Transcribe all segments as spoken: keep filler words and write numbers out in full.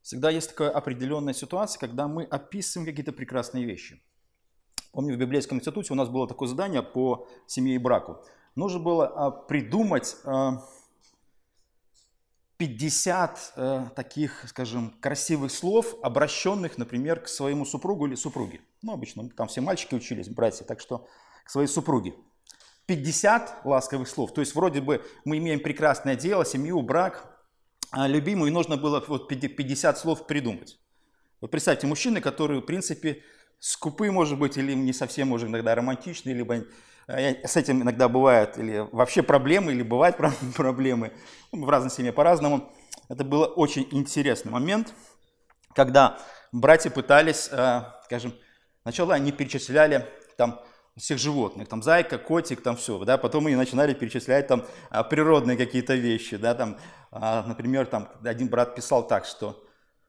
Всегда есть такая определенная ситуация, когда мы описываем какие-то прекрасные вещи. Помню, в библейском институте у нас было такое задание по семье и браку. Нужно было придумать пятьдесят таких, скажем, красивых слов, обращенных, например, к своему супругу или супруге. Ну, обычно там все мальчики учились, братья, так что к своей супруге. пятьдесят ласковых слов. То есть вроде бы мы имеем прекрасное дело, семью, брак, а любимую, и нужно было вот пятьдесят слов придумать. Вот представьте, мужчины, которые, в принципе, скупы, может быть, или не совсем, может, иногда романтичны, либо с этим иногда бывают или вообще проблемы, или бывают проблемы, в разной семье по-разному. Это был очень интересный момент, когда братья пытались, скажем, сначала они перечисляли там всех животных, там зайка, котик, там все, да, потом они начинали перечислять там природные какие-то вещи, да, там, например, там один брат писал так, что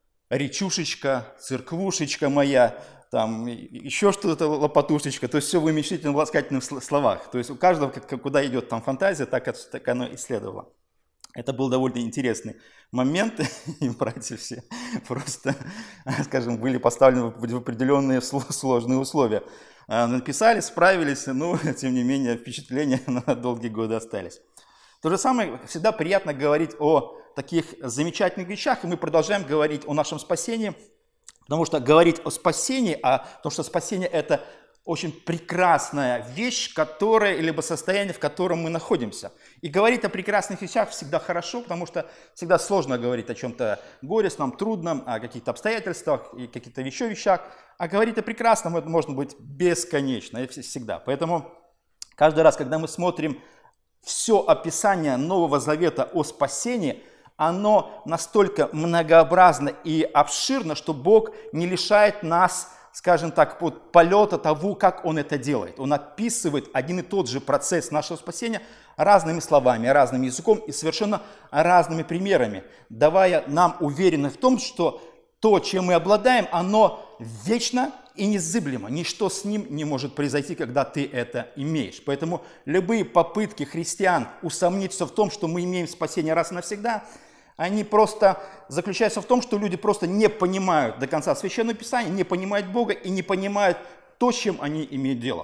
речушечка, церквушечка моя, там еще что-то, лопатушечка, то есть все в уменьшительно-ласкательных словах, то есть у каждого, как, куда идет там фантазия, так, так оно и следовало. Это был довольно интересный момент, и братья все просто, скажем, были поставлены в определенные сложные условия. Написали, справились, но, тем не менее, впечатления на долгие годы остались. То же самое, всегда приятно говорить о таких замечательных вещах, и мы продолжаем говорить о нашем спасении, потому что говорить о спасении, а потому что спасение – это очень прекрасная вещь, которая, либо состояние, в котором мы находимся. И говорить о прекрасных вещах всегда хорошо, потому что всегда сложно говорить о чем-то горестном, трудном, о каких-то обстоятельствах и каких-то еще вещах. А говорить о прекрасном это может быть бесконечно, и всегда. Поэтому каждый раз, когда мы смотрим все описание Нового Завета о спасении, оно настолько многообразно и обширно, что Бог не лишает нас, скажем так, вот полета того, как Он это делает. Он описывает один и тот же процесс нашего спасения разными словами, разным языком и совершенно разными примерами, давая нам уверенность в том, что то, чем мы обладаем, оно вечно и незыблемо. Ничто с ним не может произойти, когда ты это имеешь. Поэтому любые попытки христиан усомниться в том, что мы имеем спасение раз и навсегда, они просто заключаются в том, что люди просто не понимают до конца Священного Писания, не понимают Бога и не понимают то, с чем они имеют дело.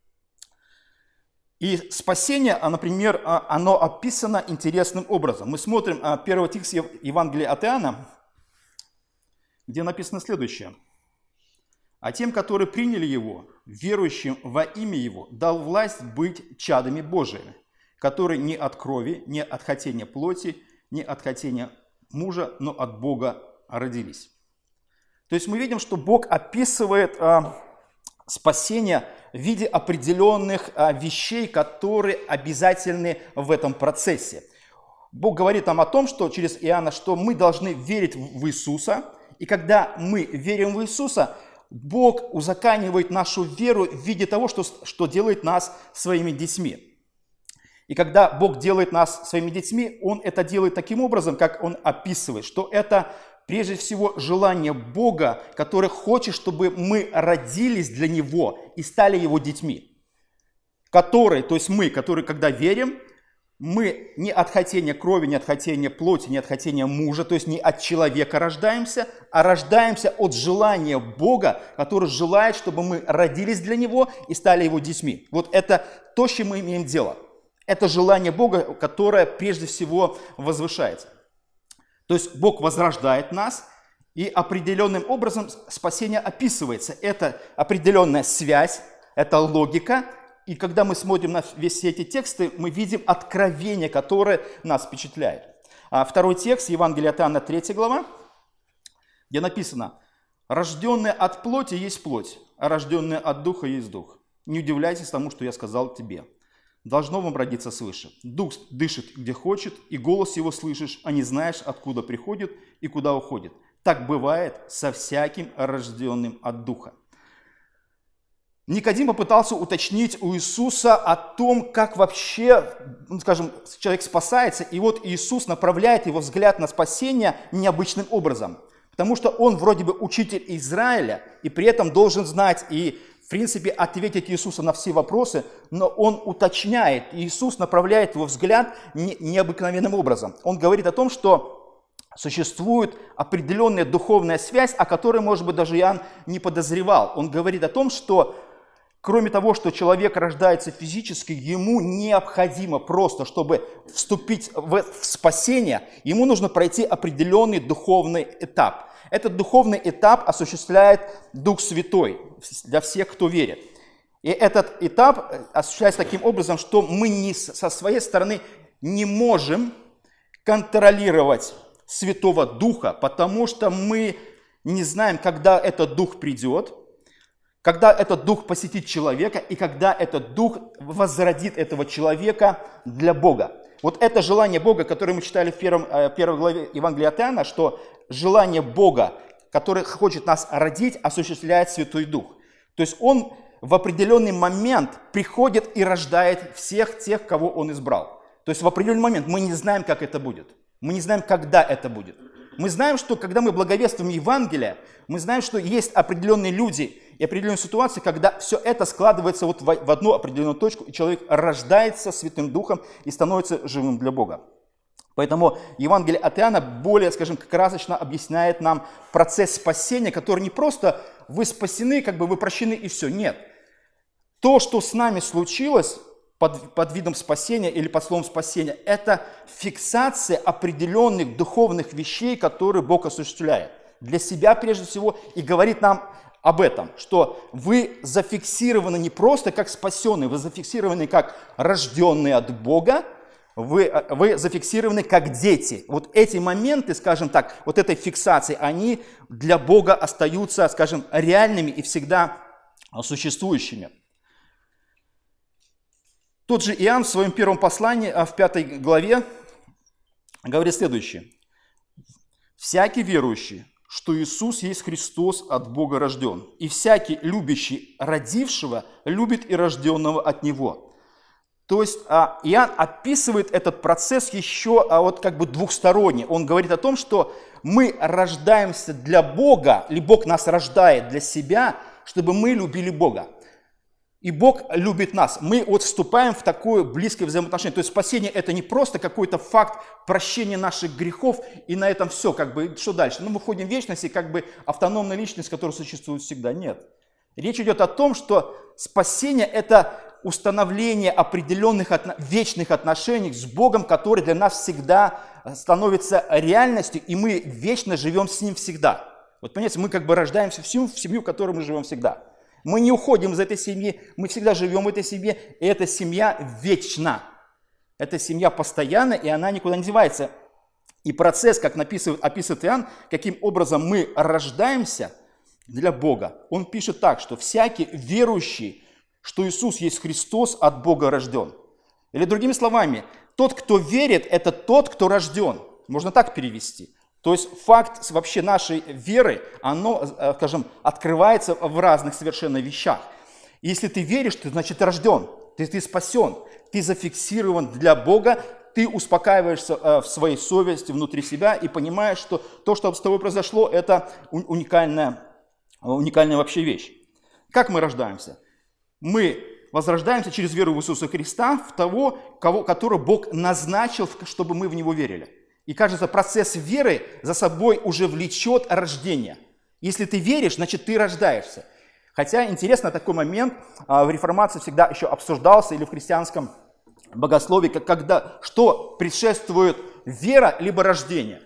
И спасение, например, оно описано интересным образом. Мы смотрим первый текст Евангелия от Иоанна, где написано следующее. «А тем, которые приняли Его, верующим во имя Его, дал власть быть чадами Божиими, которые не от крови, не от хотения плоти, не от хотения мужа, но от Бога родились». То есть мы видим, что Бог описывает а, спасение в виде определенных а, вещей, которые обязательны в этом процессе. Бог говорит нам о том, что через Иоанна, что мы должны верить в Иисуса, и когда мы верим в Иисуса, Бог узаконивает нашу веру в виде того, что, что делает нас своими детьми. И когда Бог делает нас своими детьми, Он это делает таким образом, как Он описывает, что это прежде всего желание Бога, который хочет, чтобы мы родились для Него и стали Его детьми. Которые, то есть мы, которые когда верим, мы не от хотения крови, не от хотения плоти, не от хотения мужа, то есть не от человека рождаемся, а рождаемся от желания Бога, который желает, чтобы мы родились для Него и стали Его детьми. Вот это то, с чем мы имеем дело. Это желание Бога, которое прежде всего возвышается. То есть Бог возрождает нас, и определенным образом спасение описывается. Это определенная связь, это логика. И когда мы смотрим на все эти тексты, мы видим откровение, которое нас впечатляет. А второй текст, Евангелие от Иоанна, третья глава, где написано: «Рожденное от плоти есть плоть, а рожденное от духа есть дух. Не удивляйтесь тому, что я сказал тебе. Должно вам родиться свыше. Дух дышит, где хочет, и голос его слышишь, а не знаешь, откуда приходит и куда уходит. Так бывает со всяким рожденным от духа». Никодим попытался уточнить у Иисуса о том, как вообще, ну, скажем, человек спасается, и вот Иисус направляет его взгляд на спасение необычным образом, потому что он вроде бы учитель Израиля, и при этом должен знать и, в принципе, ответить Иисусу на все вопросы, но он уточняет, и Иисус направляет его взгляд не, необыкновенным образом. Он говорит о том, что существует определенная духовная связь, о которой, может быть, даже Иоанн не подозревал. Он говорит о том, что кроме того, что человек рождается физически, ему необходимо просто, чтобы вступить в спасение, ему нужно пройти определенный духовный этап. Этот духовный этап осуществляет Дух Святой для всех, кто верит. И этот этап осуществляется таким образом, что мы не, со своей стороны не можем контролировать Святого Духа, потому что мы не знаем, когда этот Дух придет, когда этот Дух посетит человека и когда этот Дух возродит этого человека для Бога. Вот это желание Бога, которое мы читали в первом, первой главе Евангелия от Иоанна, что желание Бога, который хочет нас родить, осуществляет Святой Дух. То есть Он в определенный момент приходит и рождает всех тех, кого Он избрал. То есть в определенный момент мы не знаем, как это будет. Мы не знаем, когда это будет. Мы знаем, что когда мы благовествуем Евангелие, мы знаем, что есть определенные люди и определенные ситуации, когда все это складывается вот в одну определенную точку, и человек рождается Святым Духом и становится живым для Бога. Поэтому Евангелие от Иоанна более, скажем, красочно объясняет нам процесс спасения, который не просто вы спасены, как бы вы прощены и все. Нет. То, что с нами случилось под, под видом спасения или под словом спасения, это фиксация определенных духовных вещей, которые Бог осуществляет для себя прежде всего и говорит нам об этом, что вы зафиксированы не просто как спасенные, вы зафиксированы как рожденные от Бога, Вы, вы зафиксированы как дети. Вот эти моменты, скажем так, вот этой фиксации, они для Бога остаются, скажем, реальными и всегда существующими. Тот же Иоанн в своем первом послании, в пятой главе, говорит следующее. «Всякий верующий, что Иисус есть Христос, от Бога рожден, и всякий любящий родившего любит и рожденного от Него». То есть Иоанн описывает этот процесс еще вот как бы двухсторонне. Он говорит о том, что мы рождаемся для Бога, или Бог нас рождает для себя, чтобы мы любили Бога. И Бог любит нас. Мы вот вступаем в такое близкое взаимоотношение. То есть спасение это не просто какой-то факт прощения наших грехов, и на этом все, как бы, что дальше? Ну, мы входим в вечность, и как бы автономная личность, которая существует всегда. Нет. Речь идет о том, что спасение это установление определенных отно- вечных отношений с Богом, который для нас всегда становится реальностью, и мы вечно живем с Ним всегда. Вот понимаете, мы как бы рождаемся в семью, в семью, в которой мы живем всегда. Мы не уходим из этой семьи, мы всегда живем в этой семье, и эта семья вечна. Эта семья постоянна, и она никуда не девается. И процесс, как написывает, описывает Иоанн, каким образом мы рождаемся для Бога, он пишет так, что всякий верующий, что Иисус есть Христос, от Бога рожден. Или другими словами, тот, кто верит, это тот, кто рожден. Можно так перевести. То есть факт вообще нашей веры, оно, скажем, открывается в разных совершенно вещах. И если ты веришь, ты, значит, рожден, ты, ты спасен, ты зафиксирован для Бога, ты успокаиваешься в своей совести внутри себя и понимаешь, что то, что с тобой произошло, это уникальная, уникальная вообще вещь. Как мы рождаемся? Мы возрождаемся через веру в Иисуса Христа, в того, кого, которого Бог назначил, чтобы мы в Него верили. И, кажется, процесс веры за собой уже влечет рождение. Если ты веришь, значит, ты рождаешься. Хотя, интересно, такой момент в реформации всегда еще обсуждался, или в христианском богословии, когда, что предшествует вера либо рождение.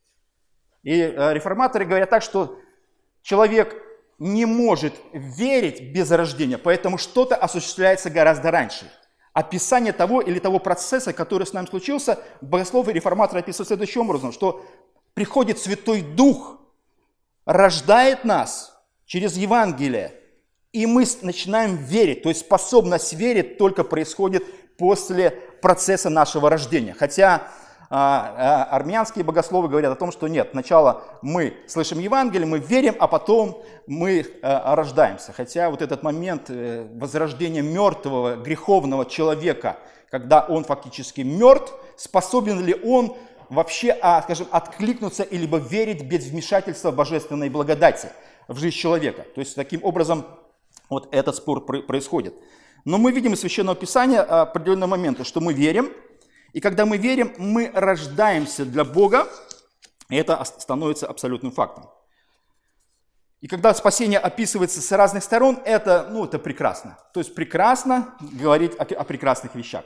И реформаторы говорят так, что человек не может верить без рождения, поэтому что-то осуществляется гораздо раньше. Описание того или того процесса, который с нами случился, богословы и реформаторы описывают следующим образом, что приходит Святой Дух, рождает нас через Евангелие, и мы начинаем верить. То есть способность верить только происходит после процесса нашего рождения. Хотя а, а, армянские богословы говорят о том, что нет, сначала мы слышим Евангелие, мы верим, а потом мы а, рождаемся. Хотя вот этот момент э, возрождения мертвого, греховного человека, когда он фактически мертв, способен ли он вообще, а, скажем, откликнуться и либо верить без вмешательства божественной благодати в жизнь человека. То есть таким образом вот этот спор происходит. Но мы видим из Священного Писания определенные моменты, что мы верим, и когда мы верим, мы рождаемся для Бога, И это становится абсолютным фактом. И когда спасение описывается с разных сторон, это, ну, это прекрасно. То есть прекрасно говорить о, о прекрасных вещах.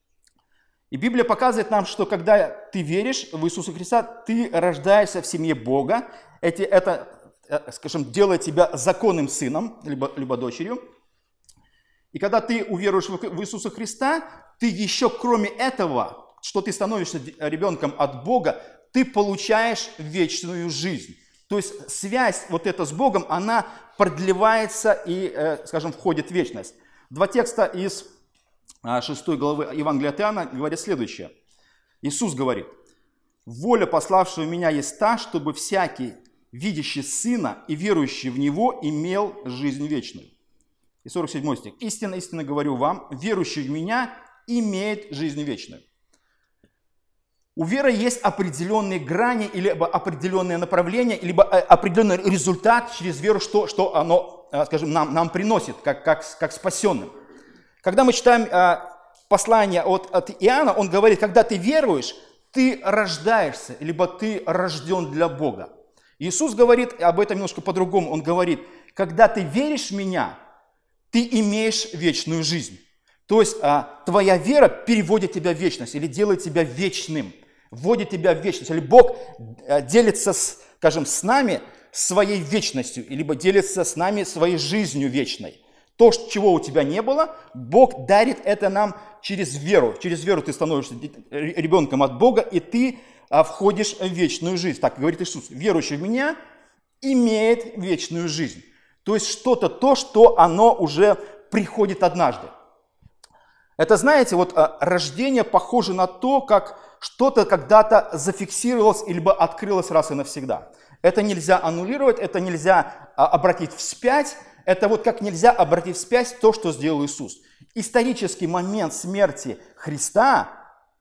И Библия показывает нам, что когда ты веришь в Иисуса Христа, ты рождаешься в семье Бога. Эти, это, скажем, делает тебя законным сыном, либо, либо дочерью. И когда ты уверуешь в Иисуса Христа, ты еще кроме этого, что ты становишься ребенком от Бога, ты получаешь вечную жизнь. То есть связь вот эта с Богом, она продлевается и, скажем, входит в вечность. Два текста из шестой главы Евангелия от Иоанна говорят следующее. Иисус говорит: «Воля пославшего меня есть та, чтобы всякий, видящий Сына и верующий в Него, имел жизнь вечную». И сорок седьмой стих. «Истинно, истинно говорю вам, верующий в Меня имеет жизнь вечную». У веры есть определенные грани, либо определенное направление, либо определенный результат через веру, что, что оно, скажем, нам, нам приносит, как, как, как спасенным. Когда мы читаем послание от, от Иоанна, он говорит, когда ты веруешь, ты рождаешься, либо ты рожден для Бога. Иисус говорит об этом немножко по-другому. Он говорит, когда ты веришь в Меня, ты имеешь вечную жизнь. То есть а, твоя вера переводит тебя в вечность или делает тебя вечным, вводит тебя в вечность. Или Бог а, делится, с, скажем, с нами своей вечностью, либо делится с нами своей жизнью вечной. То, чего у тебя не было, Бог дарит это нам через веру. Через веру ты становишься ребенком от Бога, и ты а, входишь в вечную жизнь. Так говорит Иисус, верующий в Меня имеет вечную жизнь. То есть что-то то, что оно уже приходит однажды. Это, знаете, вот рождение похоже на то, как что-то когда-то зафиксировалось либо открылось раз и навсегда. Это нельзя аннулировать, это нельзя обратить вспять. Это вот как нельзя обратить вспять то, что сделал Иисус. Исторический момент смерти Христа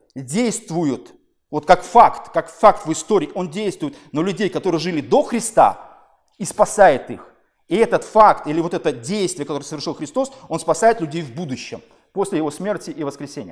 действует, вот как факт, как факт в истории, он действует на людей, которые жили до Христа и спасает их. И этот факт, или вот это действие, которое совершил Христос, он спасает людей в будущем, после его смерти и воскресения.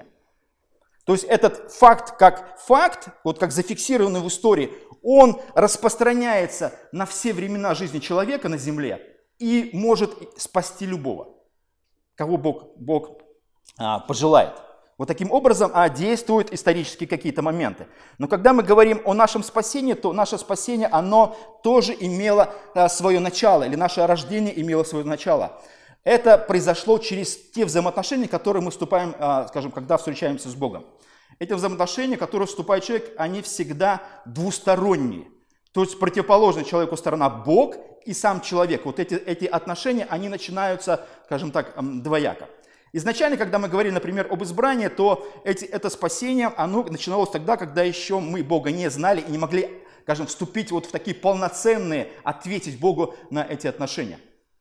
То есть этот факт как факт, вот как зафиксированный в истории, он распространяется на все времена жизни человека на земле и может спасти любого, кого Бог, Бог а, пожелает. Вот таким образом а, действуют исторические какие-то моменты. Но когда мы говорим о нашем спасении, то наше спасение, оно тоже имело а, свое начало, или наше рождение имело свое начало. Это произошло через те взаимоотношения, которые мы вступаем, а, скажем, когда встречаемся с Богом. Эти взаимоотношения, в которые вступает человек, они всегда двусторонние. То есть противоположная человеку сторона Бог и сам человек. Вот эти, эти отношения, они начинаются, скажем так, двояко. Изначально, когда мы говорили, например, об избрании, то эти, это спасение, оно начиналось тогда, когда еще мы Бога не знали и не могли, скажем, вступить вот в такие полноценные, ответить Богу на эти отношения.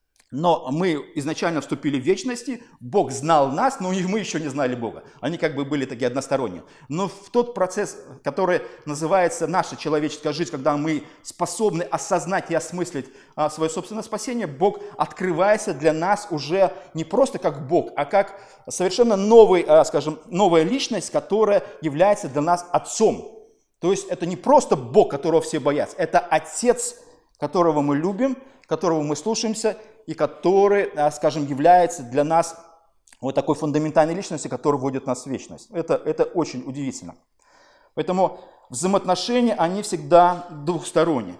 Но мы изначально вступили в вечности, Бог знал нас, но мы еще не знали Бога. Они как бы были такие односторонние. Но в тот процесс, который называется наша человеческая жизнь, когда мы способны осознать и осмыслить а, свое собственное спасение, Бог открывается для нас уже не просто как Бог, а как совершенно новый, а, скажем, новая личность, которая является для нас Отцом. То есть это не просто Бог, которого все боятся, это Отец, которого мы любим, которого мы слушаемся, и который, скажем, является для нас вот такой фундаментальной личностью, которая вводит нас в вечность. Это, это очень удивительно. Поэтому взаимоотношения, они всегда двухсторонние.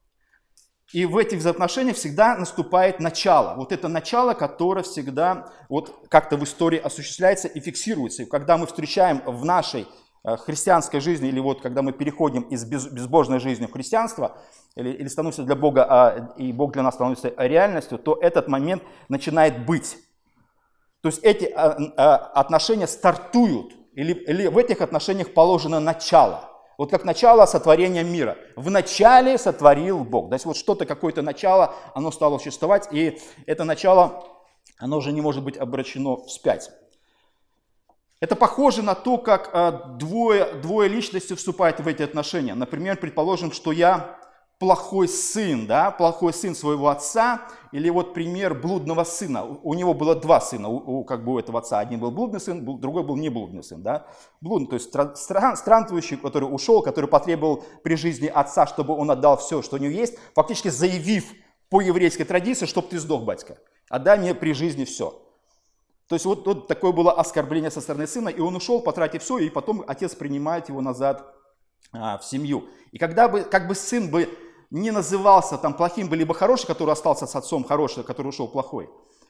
И в этих взаимоотношениях всегда наступает начало. Вот это начало, которое всегда вот как-то в истории осуществляется и фиксируется. И когда мы встречаем в нашей христианской жизни, или вот когда мы переходим из безбожной жизни в христианство, или, или становимся для Бога, а, и Бог для нас становится реальностью, то этот момент начинает быть. То есть эти а, а, отношения стартуют, или, или в этих отношениях положено начало. Вот как начало сотворения мира. В начале сотворил Бог. То есть вот что-то, какое-то начало, оно стало существовать, и это начало, оно уже не может быть обращено вспять. Это похоже на то, как а, двое, двое личностей вступают в эти отношения. Например, предположим, что я плохой сын, да, плохой сын своего отца, или вот пример блудного сына. У, у него было два сына, у, у, как бы у этого отца. Один был блудный сын, другой был не блудный сын, да. Блудный, то есть стран, странствующий, который ушел, который потребовал при жизни отца, чтобы он отдал все, что у него есть, фактически заявив по еврейской традиции, чтобы ты сдох, батька, отдай мне при жизни все. То есть вот, вот такое было оскорбление со стороны сына, и он ушел, потратив все, и потом отец принимает его назад а, в семью. И когда бы, как бы сын бы не назывался там плохим бы, либо хороший, который остался с отцом, хороший, который ушел плохой,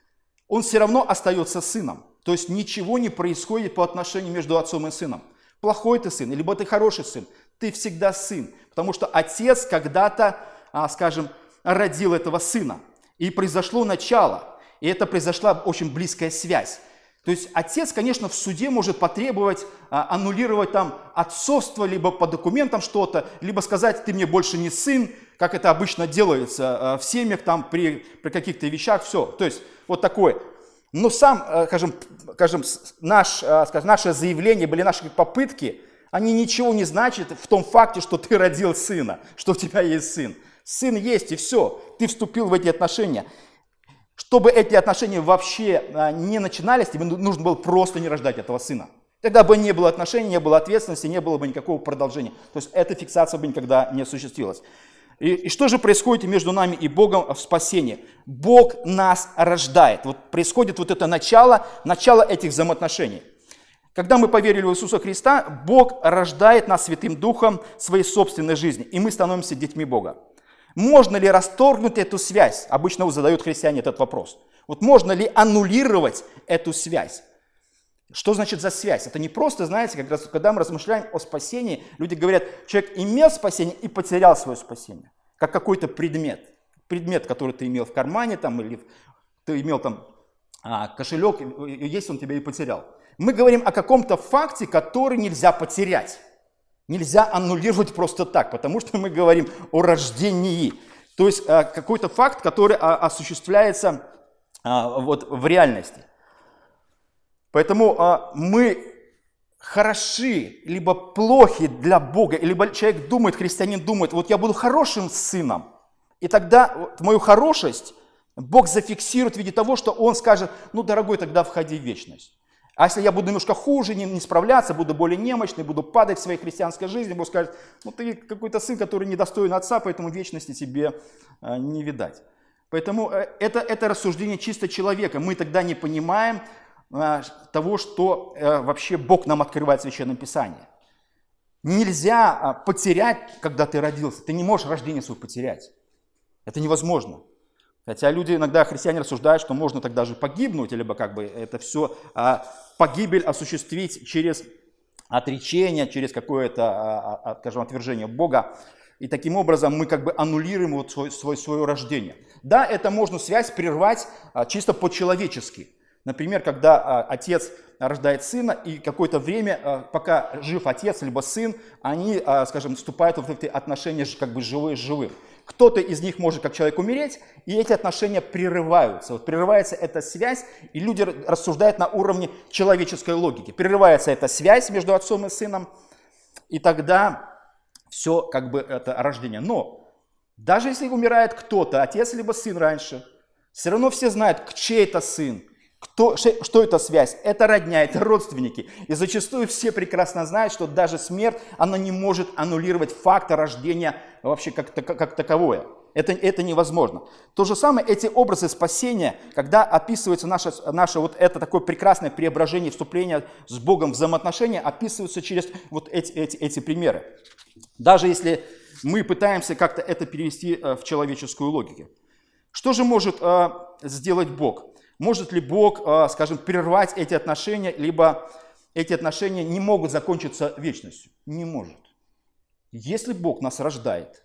он все равно остается сыном. То есть ничего не происходит по отношению между отцом и сыном. Плохой ты сын, либо ты хороший сын, ты всегда сын. Потому что отец когда-то, а, скажем, родил этого сына. И произошло начало. И это произошла очень близкая связь. То есть отец, конечно, в суде может потребовать а, аннулировать там отцовство, либо по документам что-то, либо сказать, ты мне больше не сын, как это обычно делается а, в семьях, там при, при каких-то вещах, все. То есть вот такое. Но сам, а, скажем, скажем, наш, а, скажем, наше заявление, были наши попытки, они ничего не значат в том факте, что ты родил сына, что у тебя есть сын. Сын есть, и все, ты вступил в эти отношения. Чтобы эти отношения вообще не начинались, тебе нужно было просто не рождать этого сына. Тогда бы не было отношений, не было ответственности, не было бы никакого продолжения. То есть эта фиксация бы никогда не осуществилась. И, и что же происходит между нами и Богом в спасении? Бог нас рождает. Вот происходит вот это начало, начало этих взаимоотношений. Когда мы поверили в Иисуса Христа, Бог рождает нас Святым Духом своей собственной жизни, и мы становимся детьми Бога. Можно ли расторгнуть эту связь? Обычно задают христиане этот вопрос. Вот можно ли аннулировать эту связь? Что значит за связь? Это не просто, знаете, когда мы размышляем о спасении, люди говорят, человек имел спасение и потерял свое спасение. Как какой-то предмет. Предмет, который ты имел в кармане, там, или ты имел там а, кошелек, и есть он тебя и потерял. Мы говорим о каком-то факте, который нельзя потерять. Нельзя аннулировать просто так, потому что мы говорим о рождении. То есть какой-то факт, который осуществляется вот в реальности. Поэтому мы хороши, либо плохи для Бога, либо человек думает, христианин думает, вот я буду хорошим сыном, и тогда мою хорошесть Бог зафиксирует в виде того, что Он скажет, ну, дорогой, тогда входи в вечность. А если я буду немножко хуже, не, не справляться, буду более немощный, буду падать в своей христианской жизни, Бог скажет, ну ты какой-то сын, который недостоин отца, поэтому вечности тебе а, не видать. Поэтому это, это рассуждение чисто человека. Мы тогда не понимаем а, того, что а, вообще Бог нам открывает в Священном Писании. Нельзя а, потерять, когда ты родился. Ты не можешь рождение свое потерять. Это невозможно. Хотя люди иногда, христиане, рассуждают, что можно тогда же погибнуть, либо как бы это все а, погибель осуществить через отречение, через какое-то, а, скажем, отвержение Бога. И таким образом мы как бы аннулируем вот свой, свой, свое рождение. Да, это можно связь прервать а, чисто по-человечески. Например, когда а, отец рождает сына, и какое-то время, а, пока жив отец, либо сын, они, а, скажем, вступают в эти отношения как бы живые с живым. Кто-то из них может как человек умереть, и эти отношения прерываются. Вот прерывается эта связь, и люди рассуждают на уровне человеческой логики. Прерывается эта связь между отцом и сыном, и тогда все как бы это рождение. Но даже если умирает кто-то, отец либо сын раньше, все равно все знают, чей это сын, кто, что это связь. Это родня, это родственники. И зачастую все прекрасно знают, что даже смерть, она не может аннулировать факт рождения вообще как, как таковое. Это, это невозможно. То же самое, эти образы спасения, когда описывается наше, наше вот это такое прекрасное преображение, вступление с Богом в взаимоотношения, описываются через вот эти, эти, эти примеры. Даже если мы пытаемся как-то это перевести в человеческую логику. Что же может э, сделать Бог? Может ли Бог, э, скажем, прервать эти отношения, либо эти отношения не могут закончиться вечностью? Не может. Если Бог нас рождает,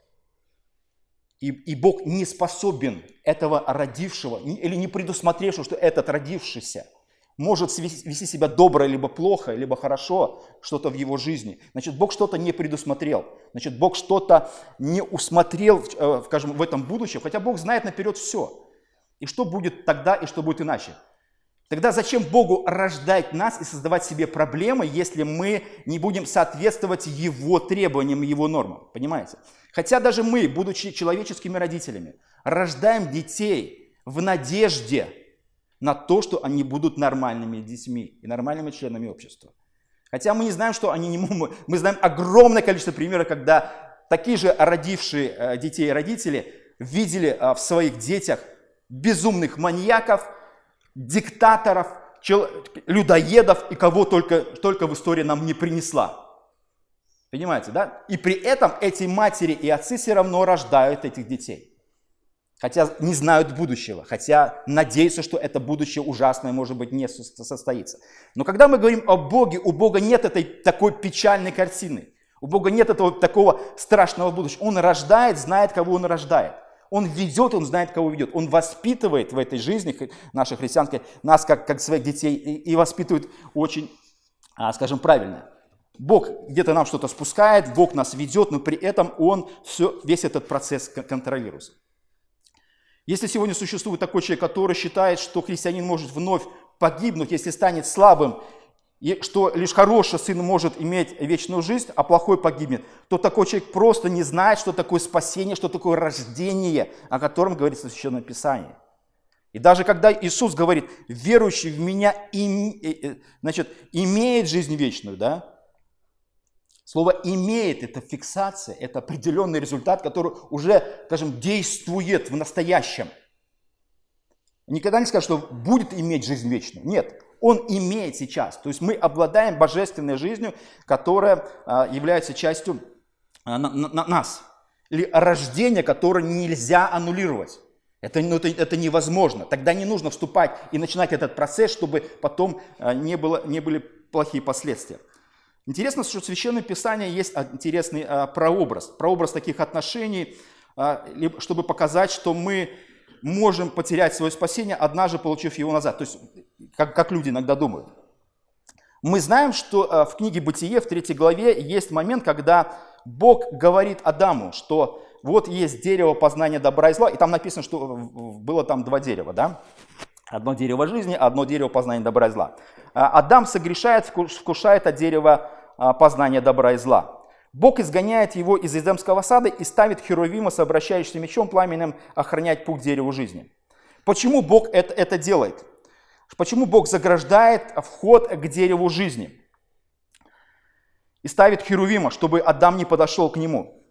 и, и Бог не способен этого родившего, или не предусмотревшего, что этот родившийся может вести себя добро, либо плохо, либо хорошо, что-то в его жизни, значит, Бог что-то не предусмотрел, значит, Бог что-то не усмотрел, скажем, в этом будущем, хотя Бог знает наперед все. И что будет тогда, и что будет иначе. Тогда зачем Богу рождать нас и создавать себе проблемы, если мы не будем соответствовать Его требованиям, Его нормам? Понимаете? Хотя даже мы, будучи человеческими родителями, рождаем детей в надежде на то, что они будут нормальными детьми и нормальными членами общества. Хотя мы не знаем, что они не могут. Мы знаем огромное количество примеров, когда такие же родившие детей родители видели в своих детях безумных маньяков, диктаторов, людоедов и кого только, только в истории нам не принесла. Понимаете, да? И при этом эти матери и отцы все равно рождают этих детей. Хотя не знают будущего, хотя надеются, что это будущее ужасное, может быть, не состоится. Но когда мы говорим о Боге, у Бога нет этой такой печальной картины. У Бога нет этого такого страшного будущего. Он рождает, знает, кого Он рождает. Он ведет, Он знает, кого ведет. Он воспитывает в этой жизни нашей христианской нас как, как своих детей и, и воспитывает очень, скажем, правильно. Бог где-то нам что-то спускает, Бог нас ведет, но при этом Он все, весь этот процесс контролирует. Если сегодня существует такой человек, который считает, что христианин может вновь погибнуть, если станет слабым, и что лишь хороший сын может иметь вечную жизнь, а плохой погибнет, то такой человек просто не знает, что такое спасение, что такое рождение, о котором говорится в Священном Писании. И даже когда Иисус говорит, верующий в Меня им, значит, имеет жизнь вечную, да? Слово «имеет» – это фиксация, это определенный результат, который уже, скажем, действует в настоящем. Никогда не скажет, что будет иметь жизнь вечную. Нет. Он имеет сейчас. То есть мы обладаем божественной жизнью, которая а, является частью а, на, на, нас. Или рождение, которое нельзя аннулировать. Это, ну, это, это невозможно. Тогда не нужно вступать и начинать этот процесс, чтобы потом а, не, было, не были плохие последствия. Интересно, что в Священном Писании есть интересный а, прообраз. Прообраз таких отношений, а, чтобы показать, что мы можем потерять свое спасение, однажды получив его назад. То есть, как, как люди иногда думают. Мы знаем, что а, в книге Бытие, в третьей главе, есть момент, когда Бог говорит Адаму, что вот есть дерево познания добра и зла, и там написано, что было там два дерева, да? Одно дерево жизни, одно дерево познания добра и зла. Адам согрешает, вкушает от дерева познания добра и зла. Бог изгоняет его из Эдемского сада и ставит Херувима с обращающимся мечом пламенным охранять путь к дереву жизни. Почему Бог это, это делает? Почему Бог заграждает вход к дереву жизни? И ставит Херувима, чтобы Адам не подошел к нему.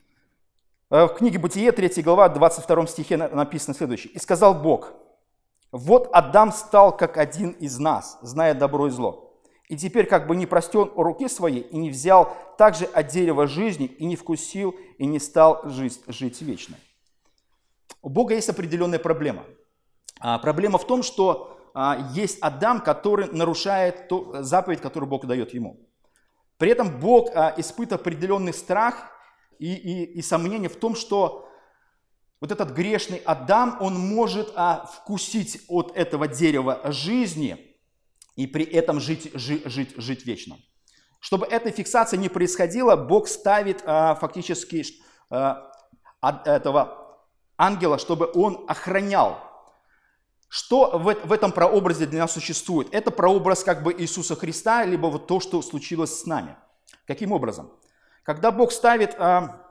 В книге Бытие, третья глава, двадцать втором стихе написано следующее. «И сказал Бог, вот Адам стал как один из нас, зная добро и зло. И теперь как бы не простен руки своей и не взял также от дерева жизни, и не вкусил, и не стал жить, жить вечно». У Бога есть определенная проблема. А, проблема в том, что а, есть Адам, который нарушает ту заповедь, которую Бог дает ему. При этом Бог а, испытывает определенный страх и, и, и сомнение в том, что вот этот грешный Адам, он может а, вкусить от этого дерева жизни и при этом жить, жить, жить, жить вечно. Чтобы эта фиксация не происходила, Бог ставит а, фактически а, от этого ангела, чтобы он охранял. Что в, в этом прообразе для нас существует? Это прообраз как бы Иисуса Христа, либо вот то, что случилось с нами. Каким образом? Когда Бог ставит а,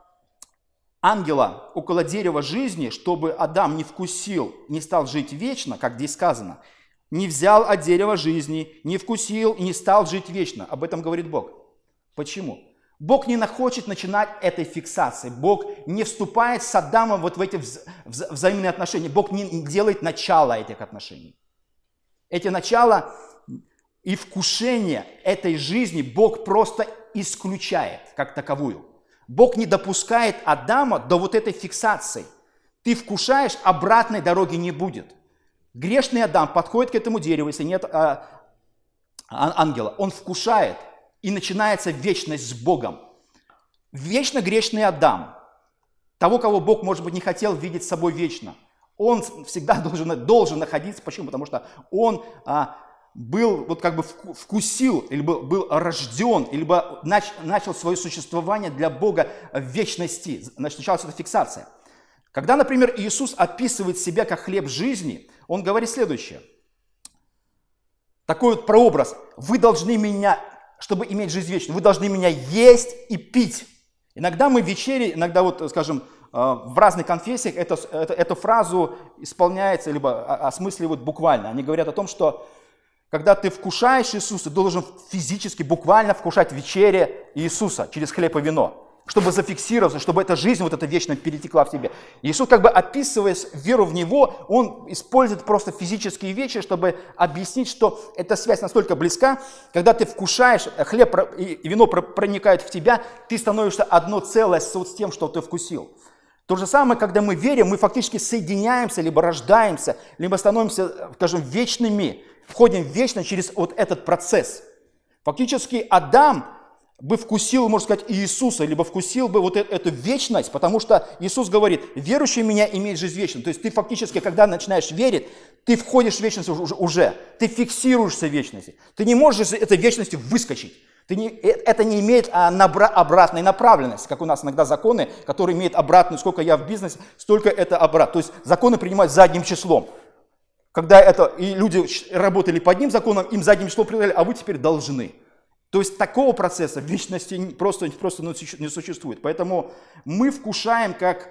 ангела около дерева жизни, чтобы Адам не вкусил, не стал жить вечно, как здесь сказано, не взял от дерева жизни, не вкусил и не стал жить вечно. Об этом говорит Бог. Почему? Бог не хочет начинать этой фиксации. Бог не вступает с Адамом вот в эти вза- вза- взаимные отношения. Бог не делает начало этих отношений. Эти начала и вкушение этой жизни Бог просто исключает как таковую. Бог не допускает Адама до вот этой фиксации. Ты вкушаешь, обратной дороги не будет. Грешный Адам подходит к этому дереву, если нет а, а, ангела. Он вкушает, и начинается вечность с Богом. Вечно грешный Адам, того, кого Бог, может быть, не хотел видеть с собой вечно, он всегда должен, должен находиться. Почему? Потому что он а, был, вот как бы вкусил, или был, был рожден, или нач, начал свое существование для Бога в вечности. Значит, началась эта фиксация. Когда, например, Иисус описывает себя как хлеб жизни, Он говорит следующее. такой вот прообраз. Вы должны меня, чтобы иметь жизнь вечную, вы должны меня есть и пить. Иногда мы в вечере, иногда вот, скажем, в разных конфессиях это, это, эту фразу исполняется, либо осмысливают буквально. Они говорят о том, что когда ты вкушаешь Иисуса, ты должен физически, буквально вкушать в вечере Иисуса через хлеб и вино, чтобы зафиксироваться, чтобы эта жизнь, вот эта вечная перетекла в тебе. Иисус, как бы описывая веру в Него, Он использует просто физические вещи, чтобы объяснить, что эта связь настолько близка, когда ты вкушаешь, хлеб и вино проникают в тебя, ты становишься одно целое с тем, что ты вкусил. То же самое, когда мы верим, мы фактически соединяемся, либо рождаемся, либо становимся, скажем, вечными, входим в вечность через вот этот процесс. Фактически Адам бы вкусил, можно сказать, Иисуса, либо вкусил бы вот эту вечность, потому что Иисус говорит, верующий в меня имеет жизнь вечную. То есть ты фактически, когда начинаешь верить, ты входишь в вечность уже, ты фиксируешься в вечности. Ты не можешь из этой вечности выскочить. Ты не, это не имеет а, набра, обратной направленности, как у нас иногда законы, которые имеют обратную, сколько я в бизнесе, столько это обратно. То есть законы принимают задним числом. Когда это, и люди работали по одним законам, им задним числом придали, а вы теперь должны. То есть такого процесса в вечности просто, просто не существует. Поэтому мы вкушаем, как,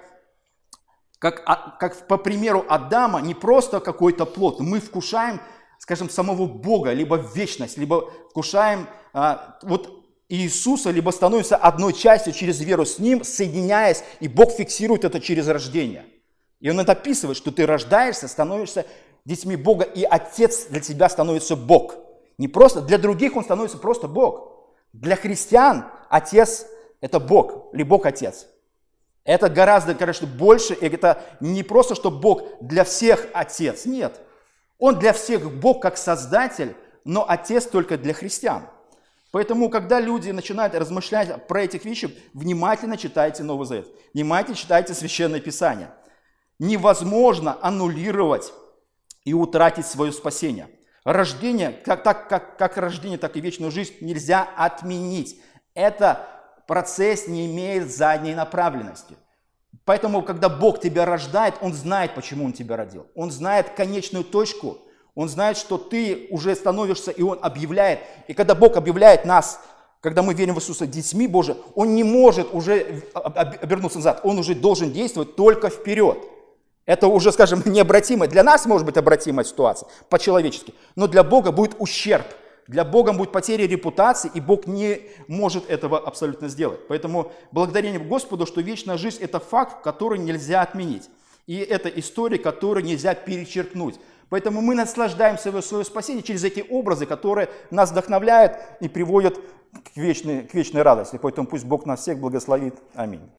как, как по примеру Адама, не просто какой-то плод, мы вкушаем, скажем, самого Бога, либо вечность, либо вкушаем а, вот Иисуса, либо становимся одной частью через веру с Ним, соединяясь, и Бог фиксирует это через рождение. И Он это описывает, что ты рождаешься, становишься детьми Бога, и Отец для тебя становится Бог. Не просто, для других Он становится просто Бог. Для христиан Отец – это Бог, или Бог-Отец. Это гораздо, конечно, больше, и это не просто, что Бог для всех Отец, нет. Он для всех Бог как Создатель, но Отец только для христиан. Поэтому, когда люди начинают размышлять про эти вещи, внимательно читайте Новый Завет, внимательно читайте Священное Писание. Невозможно аннулировать и утратить свое спасение. Рождение, как, так, как, как рождение, так и вечную жизнь нельзя отменить. Это процесс не имеет задней направленности. Поэтому, когда Бог тебя рождает, Он знает, почему Он тебя родил. Он знает конечную точку. Он знает, что ты уже становишься, и Он объявляет. И когда Бог объявляет нас, когда мы верим в Иисуса детьми Божьими, Он не может уже обернуться назад. Он уже должен действовать только вперед. Это уже, скажем, необратимая. Для нас может быть обратимая ситуация, по-человечески. Но для Бога будет ущерб. Для Бога будет потеря репутации, и Бог не может этого абсолютно сделать. Поэтому благодарение Господу, что вечная жизнь – это факт, который нельзя отменить. И это история, которую нельзя перечеркнуть. Поэтому мы наслаждаемся в свое спасение через эти образы, которые нас вдохновляют и приводят к вечной, к вечной радости. Поэтому пусть Бог нас всех благословит. Аминь.